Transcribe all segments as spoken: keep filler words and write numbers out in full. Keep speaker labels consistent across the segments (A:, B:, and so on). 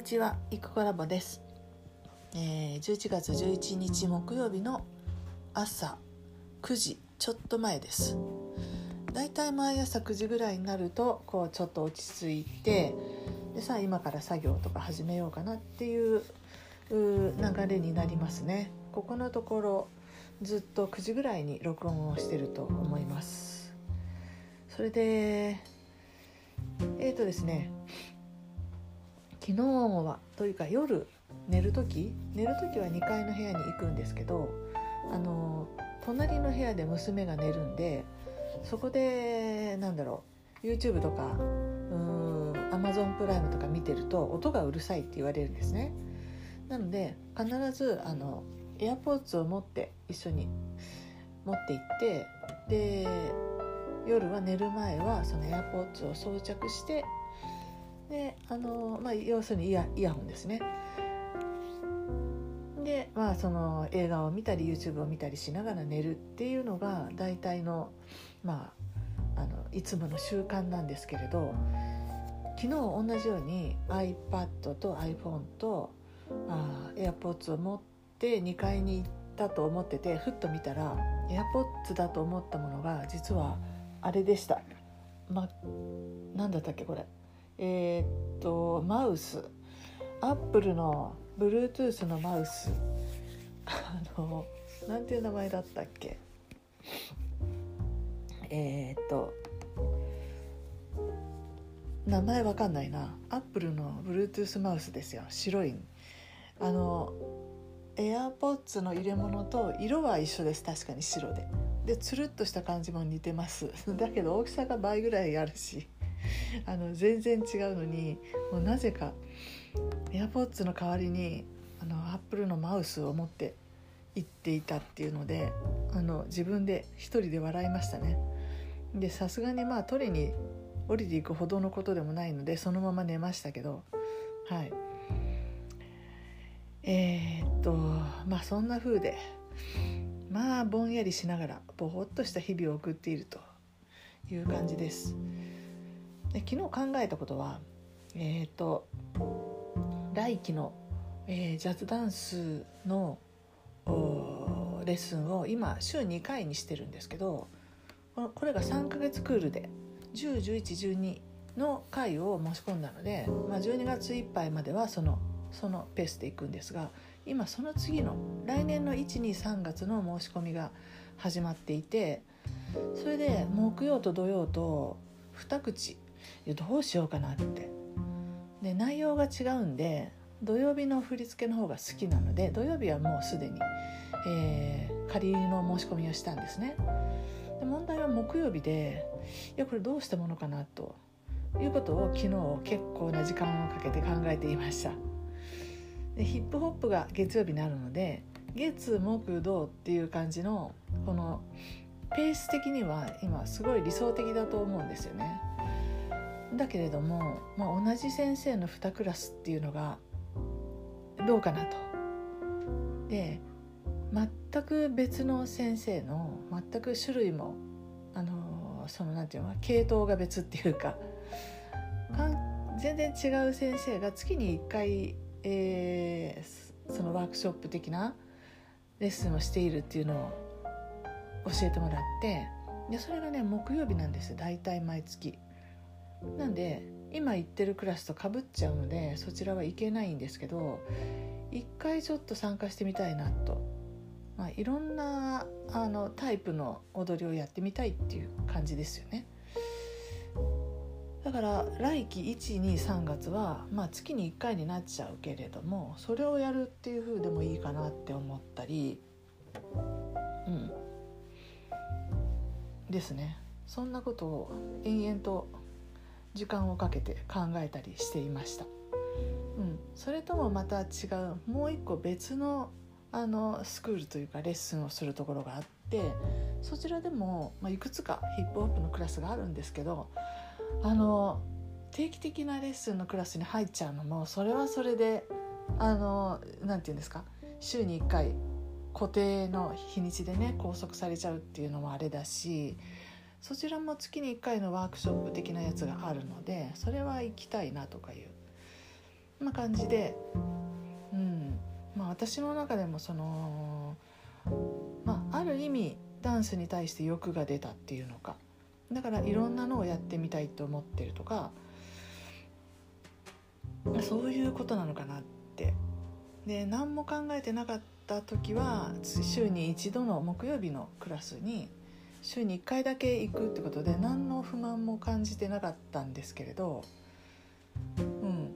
A: ちは、いくこラボです、えー、じゅういちがつじゅういちにち木曜日の朝くじちょっと前です。だいたい毎朝くじぐらいになるとこうちょっと落ち着いて、でさあ今から作業とか始めようかなっていう流れになりますね。ここのところずっとくじぐらいに録音をしてると思います。それでえーとですね昨日はというか夜寝るとき寝るときはにかいの部屋に行くんですけど、あの隣の部屋で娘が寝るんで、そこでなんだろう YouTube とかうーん Amazon プライムとか見てると音がうるさいって言われるんですね。なので必ずあの AirPods を持って一緒に持って行って、で夜は寝る前はその AirPods を装着して、であの、まあ、要するにイヤ、イヤホンですね。で、まあ、その映画を見たり YouTube を見たりしながら寝るっていうのが大体の、まあ、あのいつもの習慣なんですけれど、昨日同じように iPad と iPhone とあ AirPods を持ってにかいに行ったと思ってて、ふっと見たら AirPods だと思ったものが実はあれでした。ま、なんだったっけこれえー、っとマウス、アップルの Bluetooth のマウス、あのなんていう名前だったっけ、えー、っと名前わかんないな。アップルの Bluetooth マウスですよ。白いあの AirPods の入れ物と色は一緒です。確かに白ででつるっとした感じも似てますだけど大きさが倍ぐらいあるしあの全然違うのに、もうなぜか AirPods の代わりにあの Apple のマウスを持って行っていたっていうので、あの自分で一人で笑いましたね。でさすがにまあ取りに降りていくほどのことでもないのでそのまま寝ましたけど、はいえー、っとまあそんな風でまあぼんやりしながらぼーっとした日々を送っているという感じです。で昨日考えたことは、えーと来期の、えー、ジャズダンスのレッスンを今週にかいにしてるんですけど、これがさんかげつクールでじゅう、じゅういち、じゅうにの回を申し込んだので、まあ、じゅうにがついっぱいまではその、そのペースでいくんですが、今その次の来年のいち、に、さんがつの申し込みが始まっていて、それで木曜と土曜とに口どうしようかなって。で内容が違うんで土曜日の振り付けの方が好きなので、土曜日はもうすでに、えー、仮の申し込みをしたんですね。で問題は木曜日で、いやこれどうしたものかなということを昨日結構な時間をかけて考えていました。でヒップホップが月曜日になるので、月木土っていう感じのこのペース的には今すごい理想的だと思うんですよね。だけれども、まあ、同じ先生のにクラスっていうのがどうかなと。で全く別の先生の全く種類もあのそのなんていうの系統が別っていうか、全然違う先生が月にいっかい、えー、そのワークショップ的なレッスンをしているっていうのを教えてもらって、でそれがね木曜日なんですよ、大体毎月。なんで今行ってるクラスと被っちゃうのでそちらは行けないんですけど、一回ちょっと参加してみたいなと、まあ、いろんなあのタイプの踊りをやってみたいっていう感じですよね。だから来期いち、に、さんがつは、まあ、月にいっかいになっちゃうけれども、それをやるっていう風でもいいかなって思ったり、うんですね。そんなことを延々と時間をかけて考えたりしていました。うん、それともまた違うもう一個別のあのスクールというかレッスンをするところがあって、そちらでも、まあ、いくつかヒップホップのクラスがあるんですけど、あの定期的なレッスンのクラスに入っちゃうのもそれはそれであのなんていうんですか、週にいっかい固定の日にちでね拘束されちゃうっていうのもあれだし、そちらも月にいっかいのワークショップ的なやつがあるのでそれは行きたいなとかいうそんな感じで、うんまあ、私の中でもその、まあ、ある意味ダンスに対して欲が出たっていうのか、だからいろんなのをやってみたいと思ってるとか、そういうことなのかなって。で何も考えてなかった時は週に一度の木曜日のクラスに週にいっかいだけ行くってことで何の不満も感じてなかったんですけれど、うん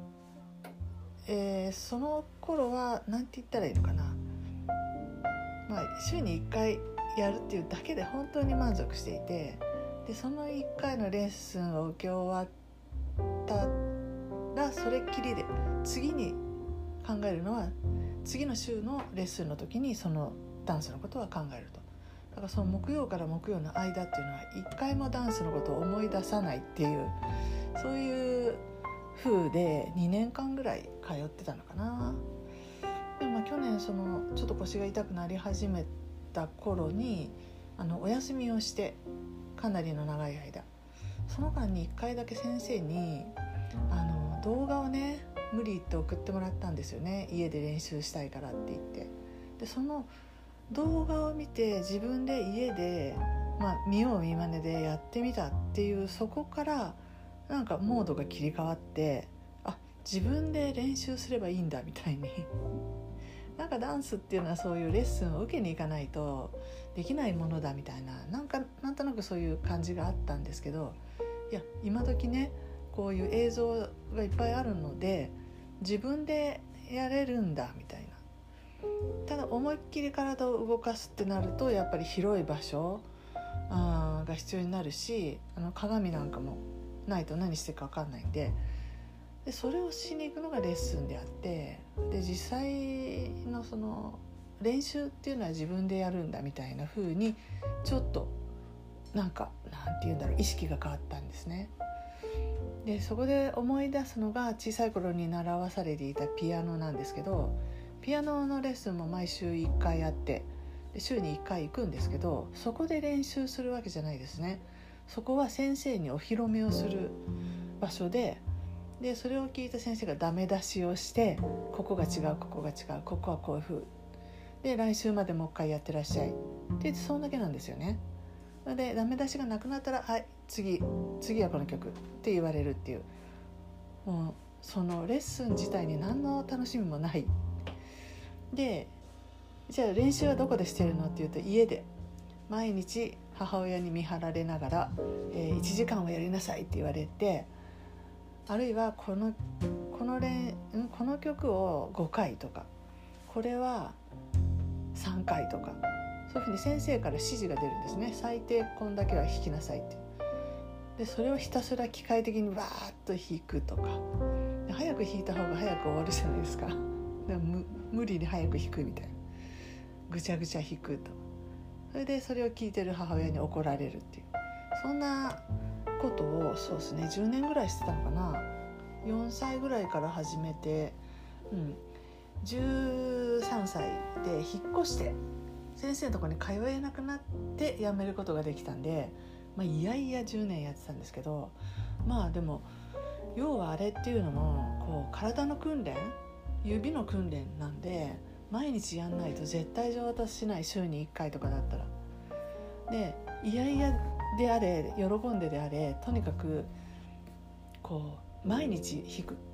A: えー、その頃はなんて言ったらいいのかな、まあ、週にいっかいやるっていうだけで本当に満足していて、でそのいっかいのレッスンを受け終わったらそれっきりで、次に考えるのは次の週のレッスンの時にそのダンスのことは考えると。だからその木曜から木曜の間っていうのは一回もダンスのことを思い出さないっていう、そういう風でにねんかんぐらい通ってたのかな。でもまあ去年そのちょっと腰が痛くなり始めた頃にあのお休みをしてかなりの長い間、その間にいっかいだけ先生にあの動画をね無理言って送ってもらったんですよね。家で練習したいからって言って、でその動画を見て自分で家で、まあ、見よう見まねでやってみたっていう、そこからなんかモードが切り替わって、あ、自分で練習すればいいんだみたいになんかダンスっていうのはそういうレッスンを受けに行かないとできないものだみたいな、なんかなんとなくそういう感じがあったんですけど、いや今時ねこういう映像がいっぱいあるので自分でやれるんだみたいな。ただ思いっきり体を動かすってなるとやっぱり広い場所あが必要になるし、あの鏡なんかもないと何してるか分かんないんで、でそれをしに行くのがレッスンであって、で実際のその練習っていうのは自分でやるんだみたいな風にちょっとなんかなんていうんだろう、意識が変わったんですね。でそこで思い出すのが小さい頃に習わされていたピアノなんですけど、ピアノのレッスンも毎週いっかいあって、で週にいっかい行くんですけど、そこで練習するわけじゃないですね。そこは先生にお披露目をする場所で、でそれを聞いた先生がダメ出しをして、ここが違うここが違うここはこういう風で来週までもう一回やってらっしゃいって言って、そんだけなんですよね。でダメ出しがなくなったら、はい次次はこの曲って言われるっていう、もうそのレッスン自体に何の楽しみもない。でじゃあ練習はどこでしてるのっていうと、家で毎日母親に見張られながら、えー、いちじかんはやりなさいって言われて、あるいはこのこの練この曲をごかいとか、これはさんかいとか、そういうふうに先生から指示が出るんですね。最低こんだけは弾きなさいって。でそれをひたすら機械的にわーっと弾くとか、早く弾いた方が早く終わるじゃないですか。でも無理に早く弾くみたいな、ぐちゃぐちゃ弾くと、それでそれを聞いてる母親に怒られるっていう、そんなことをそうですねじゅうねんぐらいしてたのかな。よんさいぐらいから始めて、うん、じゅうさんさいで引っ越して先生のところに通えなくなって辞めることができたんで、まあ、いやいやじゅうねんやってたんですけど、まあでも要はあれっていうのもこう体の訓練、指の訓練なんで毎日やんないと絶対上達しない。週にいっかいとかだったら。でいやいやであれ喜んでであれ、とにかくこう毎日弾く。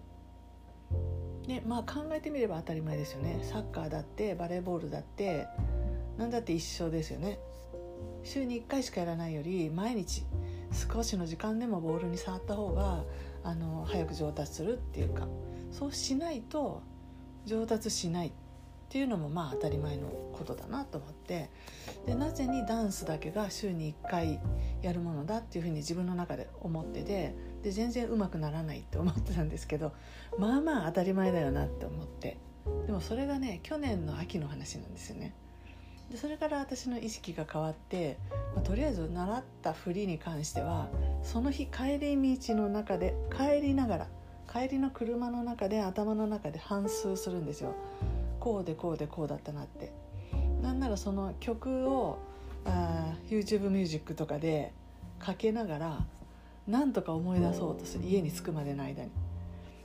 A: でまあ考えてみれば当たり前ですよね。サッカーだってバレーボールだってなんだって一緒ですよね。週にいっかいしかやらないより毎日少しの時間でもボールに触った方があの早く上達するっていうか、そうしないと上達しないっていうのもまあ当たり前のことだなと思って、でなぜにダンスだけが週にいっかいやるものだっていうふうに自分の中で思ってて、で全然うまくならないって思ってたんですけど、まあまあ当たり前だよなって思って、でもそれがね去年の秋の話なんですよね。でそれから私の意識が変わって、まあ、とりあえず習った振りに関してはその日帰り道の中で帰りながら帰りの車の中で頭の中で反芻するんですよ。こうでこうでこうだったなって。なんならその曲をあ YouTube ミュージックとかでかけながらなんとか思い出そうとする、家に着くまでの間に。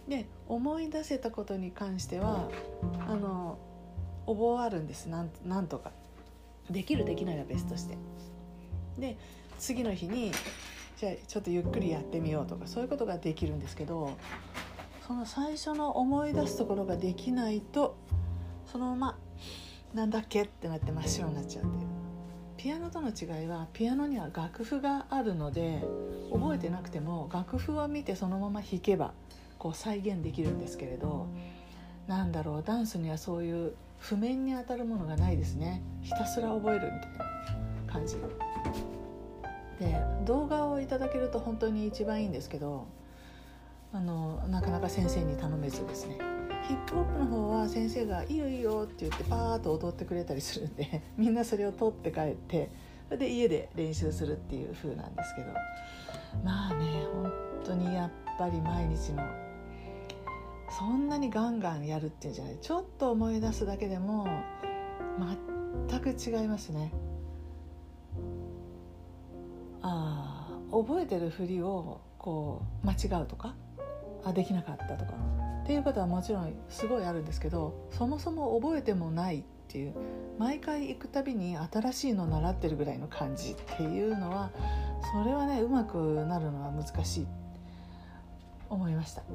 A: で思い出せたことに関してはあの覚えるんです。なん、なんとかできるできないは別として、で次の日にじゃあちょっとゆっくりやってみようとかそういうことができるんですけど、その最初の思い出すところができないとそのままなんだっけってなって真っ白になっちゃうっていう。ピアノとの違いはピアノには楽譜があるので覚えてなくても楽譜を見てそのまま弾けばこう再現できるんですけれど、なんだろう、ダンスにはそういう譜面に当たるものがないですね。ひたすら覚えるみたいな感じで、動画をいただけると本当に一番いいんですけど、あのなかなか先生に頼めずですね。ヒップホップの方は先生がいいよいいよって言ってパーッと踊ってくれたりするんでみんなそれを取って帰ってそれで家で練習するっていう風なんですけど、まあね本当にやっぱり毎日のそんなにガンガンやるっていうんじゃない、ちょっと思い出すだけでも全く違いますね。あ覚えてる振りをこう間違うとかあできなかったとかっていうことはもちろんすごいあるんですけど、そもそも覚えてもないっていう、毎回行くたびに新しいの習ってるぐらいの感じっていうのはそれはねうまくなるのは難しい思いました、うん、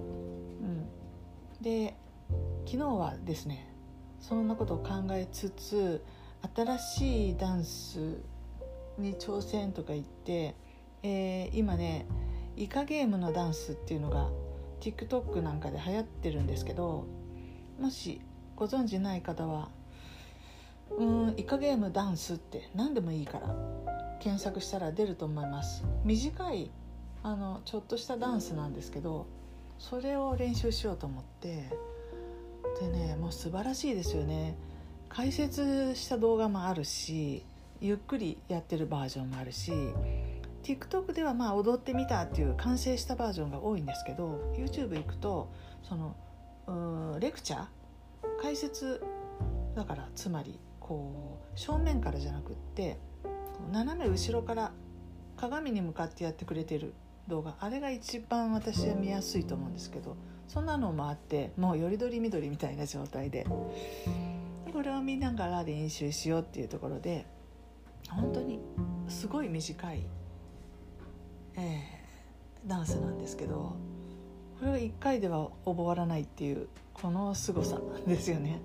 A: で昨日はですねそんなことを考えつつ新しいダンスに挑戦とか言って、えー、今ねイカゲームのダンスっていうのがTikTok なんかで流行ってるんですけど、もしご存知ない方はうーんイカゲームダンスって何でもいいから検索したら出ると思います。短いあのちょっとしたダンスなんですけど、それを練習しようと思ってでねもう素晴らしいですよね。解説した動画もあるしゆっくりやってるバージョンもあるし、TikTok ではまあ踊ってみたっていう完成したバージョンが多いんですけど、 YouTube 行くとそのうーレクチャー解説だから、つまりこう正面からじゃなくって斜め後ろから鏡に向かってやってくれてる動画、あれが一番私は見やすいと思うんですけど、そんなのもあってもうよりどりみどりみたいな状態でこれを見ながら練習しようっていうところで、本当にすごい短いえー、ダンスなんですけど、これはいっかいでは覚わらないっていうこの凄さですよね。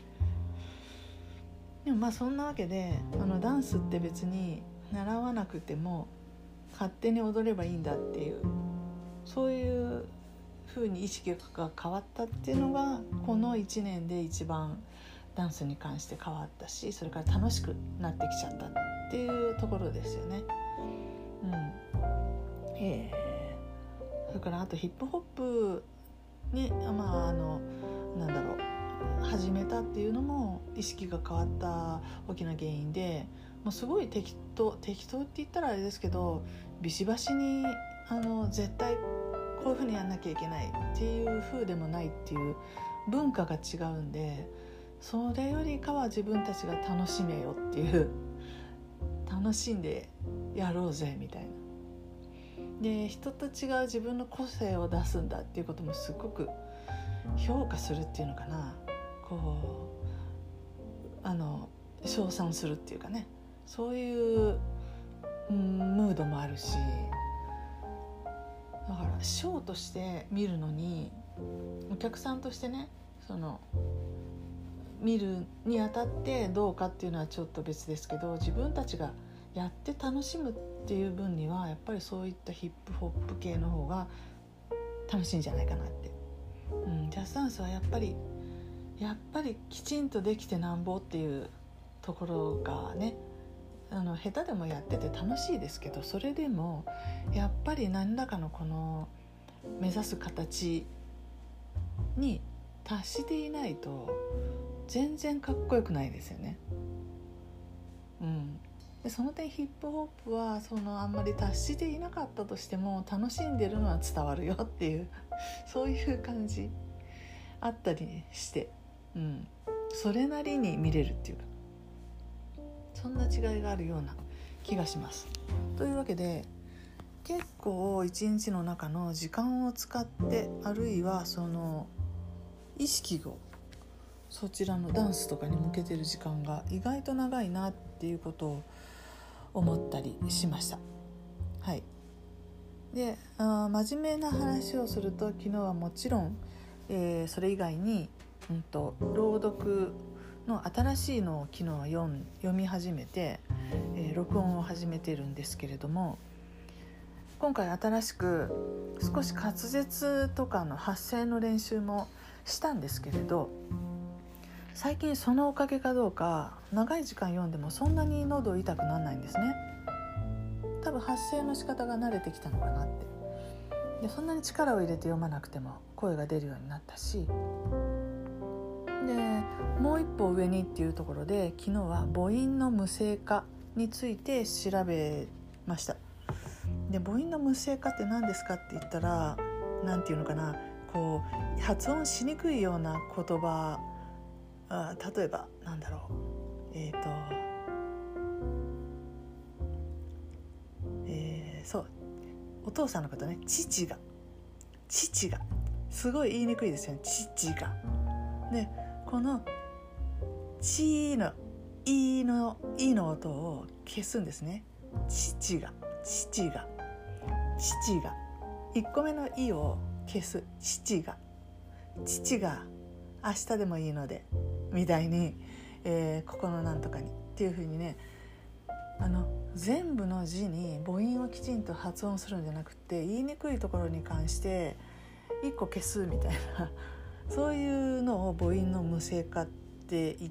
A: でもまあそんなわけであのダンスって別に習わなくても勝手に踊ればいいんだっていう、そういう風に意識が変わったっていうのがこのいちねんで一番ダンスに関して変わったし、それから楽しくなってきちゃったっていうところですよね。うんえー、それからあとヒップホップに、まあ、あのなんだろう始めたっていうのも意識が変わった大きな原因で、もうすごい適当適当って言ったらあれですけど、ビシバシにあの絶対こういう風にやんなきゃいけないっていう風でもないっていう文化が違うんで、それよりかは自分たちが楽しめよっていう楽しんでやろうぜみたいなで、人と違う自分の個性を出すんだっていうこともすごく評価するっていうのかな、こうあの称賛するっていうかね、そういう、うん、ムードもあるし、だからショーとして見るのにお客さんとしてねその見るにあたってどうかっていうのはちょっと別ですけど、自分たちがやって楽しむっていう分にはやっぱりそういったヒップホップ系の方が楽しいんじゃないかなって、うん、ジャズダンスはやっぱりやっぱりきちんとできてなんぼっていうところがね、あの下手でもやってて楽しいですけど、それでもやっぱり何らかのこの目指す形に達していないと全然かっこよくないですよね。うんでその点ヒップホップはそのあんまり達していなかったとしても楽しんでるのは伝わるよっていうそういう感じあったりして、うん、それなりに見れるっていうか、そんな違いがあるような気がします。というわけで結構一日の中の時間を使って、あるいはその意識をそちらのダンスとかに向けてる時間が意外と長いなっていうことを思ったりしました。はい。で、あ真面目な話をすると、昨日はもちろん、えー、それ以外に、うんと、朗読の新しいのを昨日は 読, 読み始めて、えー、録音を始めてるんですけれども、今回新しく少し滑舌とかの発声の練習もしたんですけれど、最近そのおかげかどうか長い時間読んでもそんなに喉痛くならないんですね。多分発声の仕方が慣れてきたのかなって。でそんなに力を入れて読まなくても声が出るようになったし、でもう一歩上にっていうところで、昨日は母音の無声化について調べました。で母音の無声化って何ですかって言ったら、なんていうのかな、こう発音しにくいような言葉、あ例えばなんだろう、えっと、えー、そうお父さんのことね、父が父がすごい言いにくいですよね、父が。でこのちのいのいの音を消すんですね。父が父が父がいっこめのいを消す。父が父が明日でもいいのでみたいに、えー、ここのなんとかにっていう風にね、あの全部の字に母音をきちんと発音するんじゃなくて、言いにくいところに関していっこ消すみたいなそういうのを母音の無声化って言って、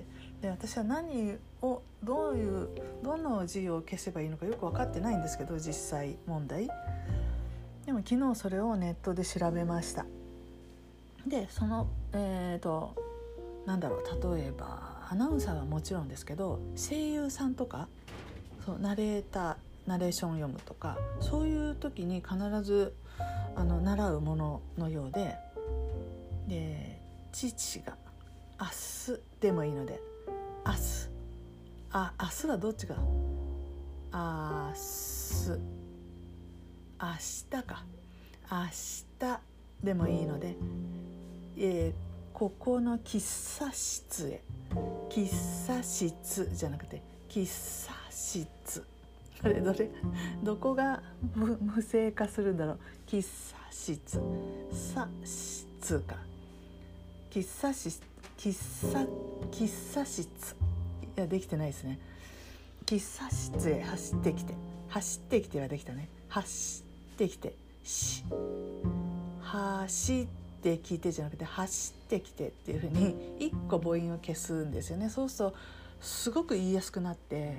A: で私は何をどういうどの字を消せばいいのかよく分かってないんですけど、実際問題でも昨日それをネットで調べました。でそのえーとなんだろう、例えばアナウンサーはもちろんですけど、声優さんとかそうナレーターナレーションを読むとか、そういう時に必ずあの習うもののようで、で父が明日でもいいので、明日あ明日はどっちか、明日明日か明日でもいいので、えー、ここの喫茶室へ、喫茶室じゃなくて喫茶室、どれどれどこが 無, 無声化するんだろう。喫茶室さ室か喫茶室喫茶喫茶室、いやできてないですね。喫茶室へ走ってきて、走ってきてはできたね。走ってきてし走ってきてじゃなくて走ってきてっていう風に一個母音を消すんですよね。そうするとすごく言いやすくなって、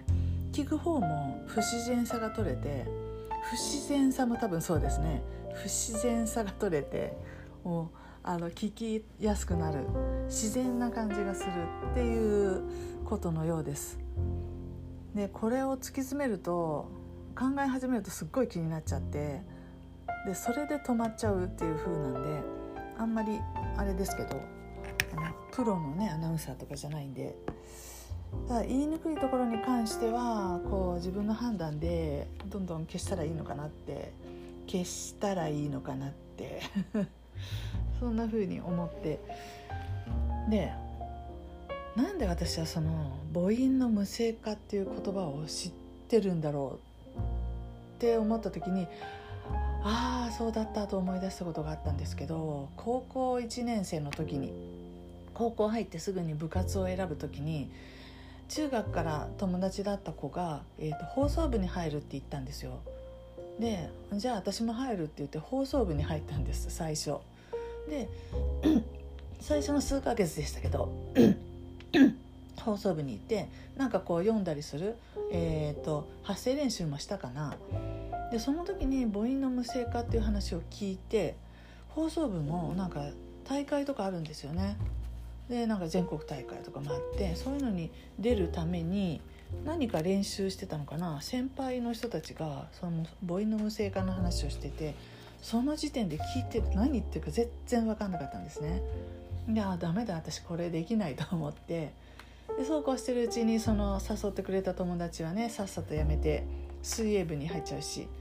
A: 聞く方も不自然さが取れて、不自然さも多分そうですね、不自然さが取れて、もうあの聞きやすくなる、自然な感じがするっていうことのようです。でこれを突き詰めると、考え始めるとすっごい気になっちゃって、でそれで止まっちゃうっていう風なんで、あんまりあれですけど、あのプロのねアナウンサーとかじゃないんで、ただ言いにくいところに関してはこう自分の判断でどんどん消したらいいのかなって消したらいいのかなってそんな風に思って、でなんで私はその母音の無声化っていう言葉を知ってるんだろうって思った時に、ああそうだったと思い出したことがあったんですけど、高校いちねん生の時に、高校入ってすぐに部活を選ぶ時に、中学から友達だった子が、えーと、放送部に入るって言ったんですよ。でじゃあ私も入るって言って放送部に入ったんです、最初で最初の数ヶ月でしたけど放送部に行ってなんかこう読んだりする、えーと、発声練習もしたかな。でその時に母音の無声化っていう話を聞いて、放送部もなんか大会とかあるんですよね。でなんか全国大会とかもあって、そういうのに出るために何か練習してたのかな。先輩の人たちがその母音の無声化の話をしてて、その時点で聞いて何言ってるか全然分かんなかったんですね。であダメだ私これできないと思って、でそうこうしてるうちにその誘ってくれた友達はねさっさと辞めて水泳部に入っちゃうし、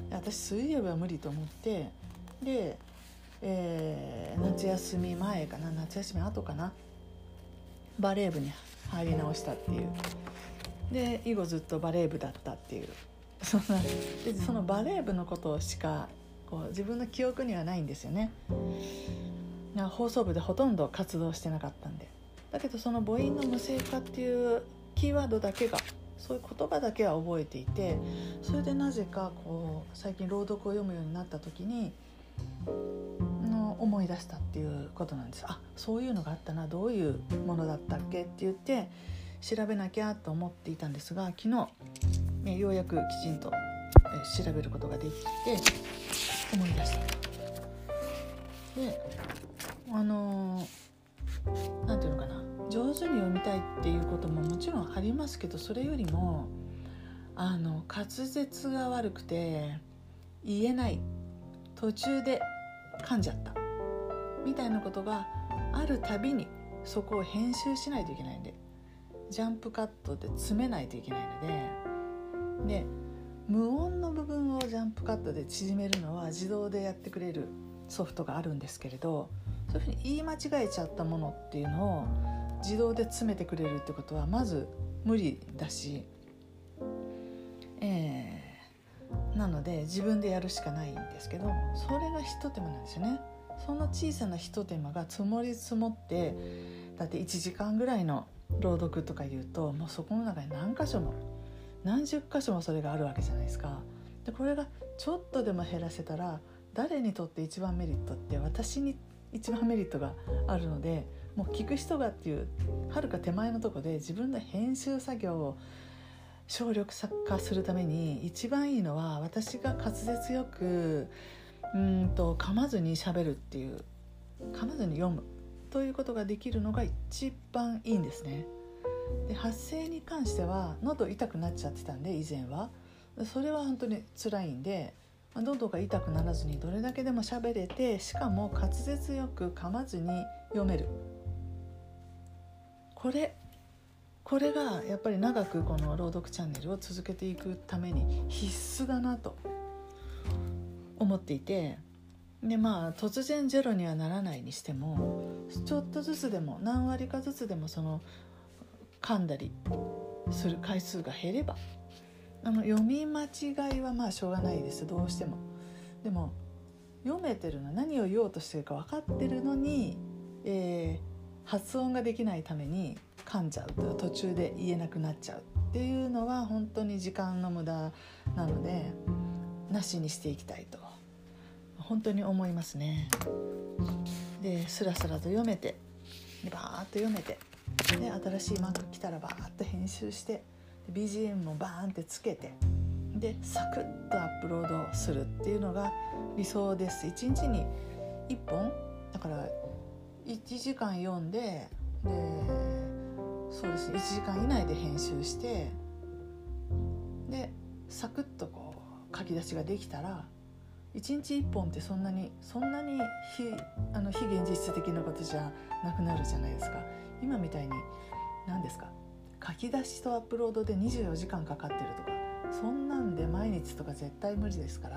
A: 私水曜日は無理と思って、で、えー、夏休み前かな夏休み後かなバレー部に入り直したっていう。で以後ずっとバレー部だったっていうそんなでそのバレー部のことしかこう自分の記憶にはないんですよね。放送部でほとんど活動してなかったんで。だけどその母音の無声化っていうキーワードだけが、そういう言葉だけは覚えていて、それでなぜかこう最近朗読を読むようになった時にの思い出したっていうことなんです。あ、そういうのがあったな、どういうものだったっけって言って調べなきゃと思っていたんですが、昨日、ね、ようやくきちんとえ調べることができて思い出した。で、あのー、なんていうのかな、上手に読みたいっていうことももちろんありますけど、それよりもあの滑舌が悪くて言えない、途中で噛んじゃったみたいなことがあるたびにそこを編集しないといけないんで、ジャンプカットで詰めないといけないので、で無音の部分をジャンプカットで縮めるのは自動でやってくれるソフトがあるんですけれど、そういうふうに言い間違えちゃったものっていうのを自動で詰めてくれるってことはまず無理だし、えー、なので自分でやるしかないんですけど、それが一手間なんですよね。その小さな一手間が積もり積もって、だっていちじかんぐらいの朗読とか言うと、もうそこの中に何箇所も何十箇所もそれがあるわけじゃないですか。でこれがちょっとでも減らせたら、誰にとって一番メリットって、私に一番メリットがあるので、もう聞く人がっていうはるか手前のところで自分の編集作業を省力化するために一番いいのは、私が滑舌よくうんと噛まずに喋るっていう、噛まずに読むということができるのが一番いいんですね。で発声に関しては喉痛くなっちゃってたんで、以前はそれは本当に辛いんで、喉が痛くならずにどれだけでも喋れて、しかも滑舌よく噛まずに読める、これこれがやっぱり長くこの朗読チャンネルを続けていくために必須だなと思っていて、でまあ突然ゼロにはならないにしても、ちょっとずつでも何割かずつでもその噛んだりする回数が減れば、あの読み間違いはまあしょうがないです、どうしても。でも読めてるの、何を言おうとしてるか分かってるのに、えー、発音ができないために噛んじゃうと、途中で言えなくなっちゃうっていうのは本当に時間の無駄なので、なしにしていきたいと本当に思いますね。でスラスラと読めて、でバーッと読めて、で新しいマーク来たらバーッと編集して、 ビージーエム もバーンってつけて、でサクッとアップロードするっていうのが理想です。いちにちにいっぽんだからいちじかん読んで、でそうですねいちじかん以内で編集して、でサクッとこう書き出しができたら、いちにちいっぽんってそんなにそんなに非、あの非現実的なことじゃなくなるじゃないですか。今みたいに何ですか、書き出しとアップロードでにじゅうよじかんかかってるとか、そんなんで毎日とか絶対無理ですから、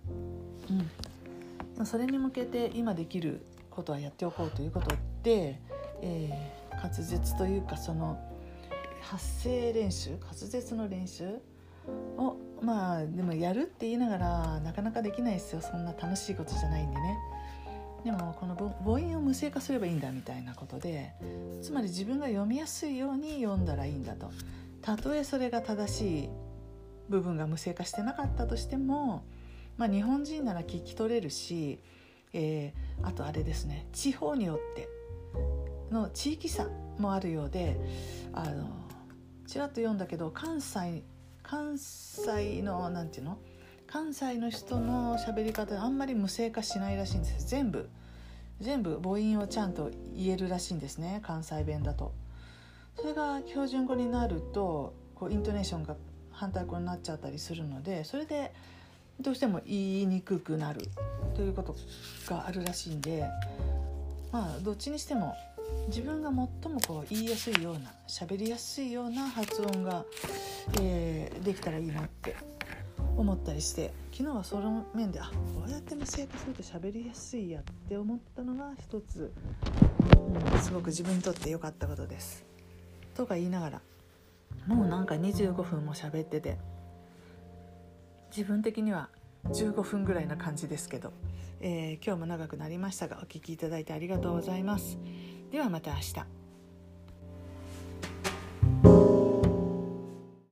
A: うん、それに向けて今できることはやっておこうということで、えー、滑舌というかその発声練習、滑舌の練習をまあでもやるって言いながらなかなかできないですよ。そんな楽しいことじゃないんでね。でもこの母音を無声化すればいいんだみたいなことで、つまり自分が読みやすいように読んだらいいんだと。たとえそれが正しい部分が無声化してなかったとしても、まあ、日本人なら聞き取れるし、えー、あとあれですね、地方によっての地域差もあるようで、あのちらっと読んだけど関西関西のなんていうの関西の人の喋り方あんまり無声化しないらしいんです。全部全部母音をちゃんと言えるらしいんですね、関西弁だと。それが標準語になるとこうイントネーションが反対語になっちゃったりするので、それでどうしても言いにくくなるということがあるらしいんで、まあどっちにしても自分が最もこう言いやすいような喋りやすいような発音が、えー、できたらいいなって思ったりして、昨日はその面であこうやって無声化すると喋りやすいやって思ったのが一つ、うん、すごく自分にとって良かったことです。とか言いながらもうなんかにじゅうごふんも喋ってて、自分的にはじゅうごふんぐらいな感じですけど、えー、今日も長くなりましたがお聞きいただいてありがとうございます。ではまた明日。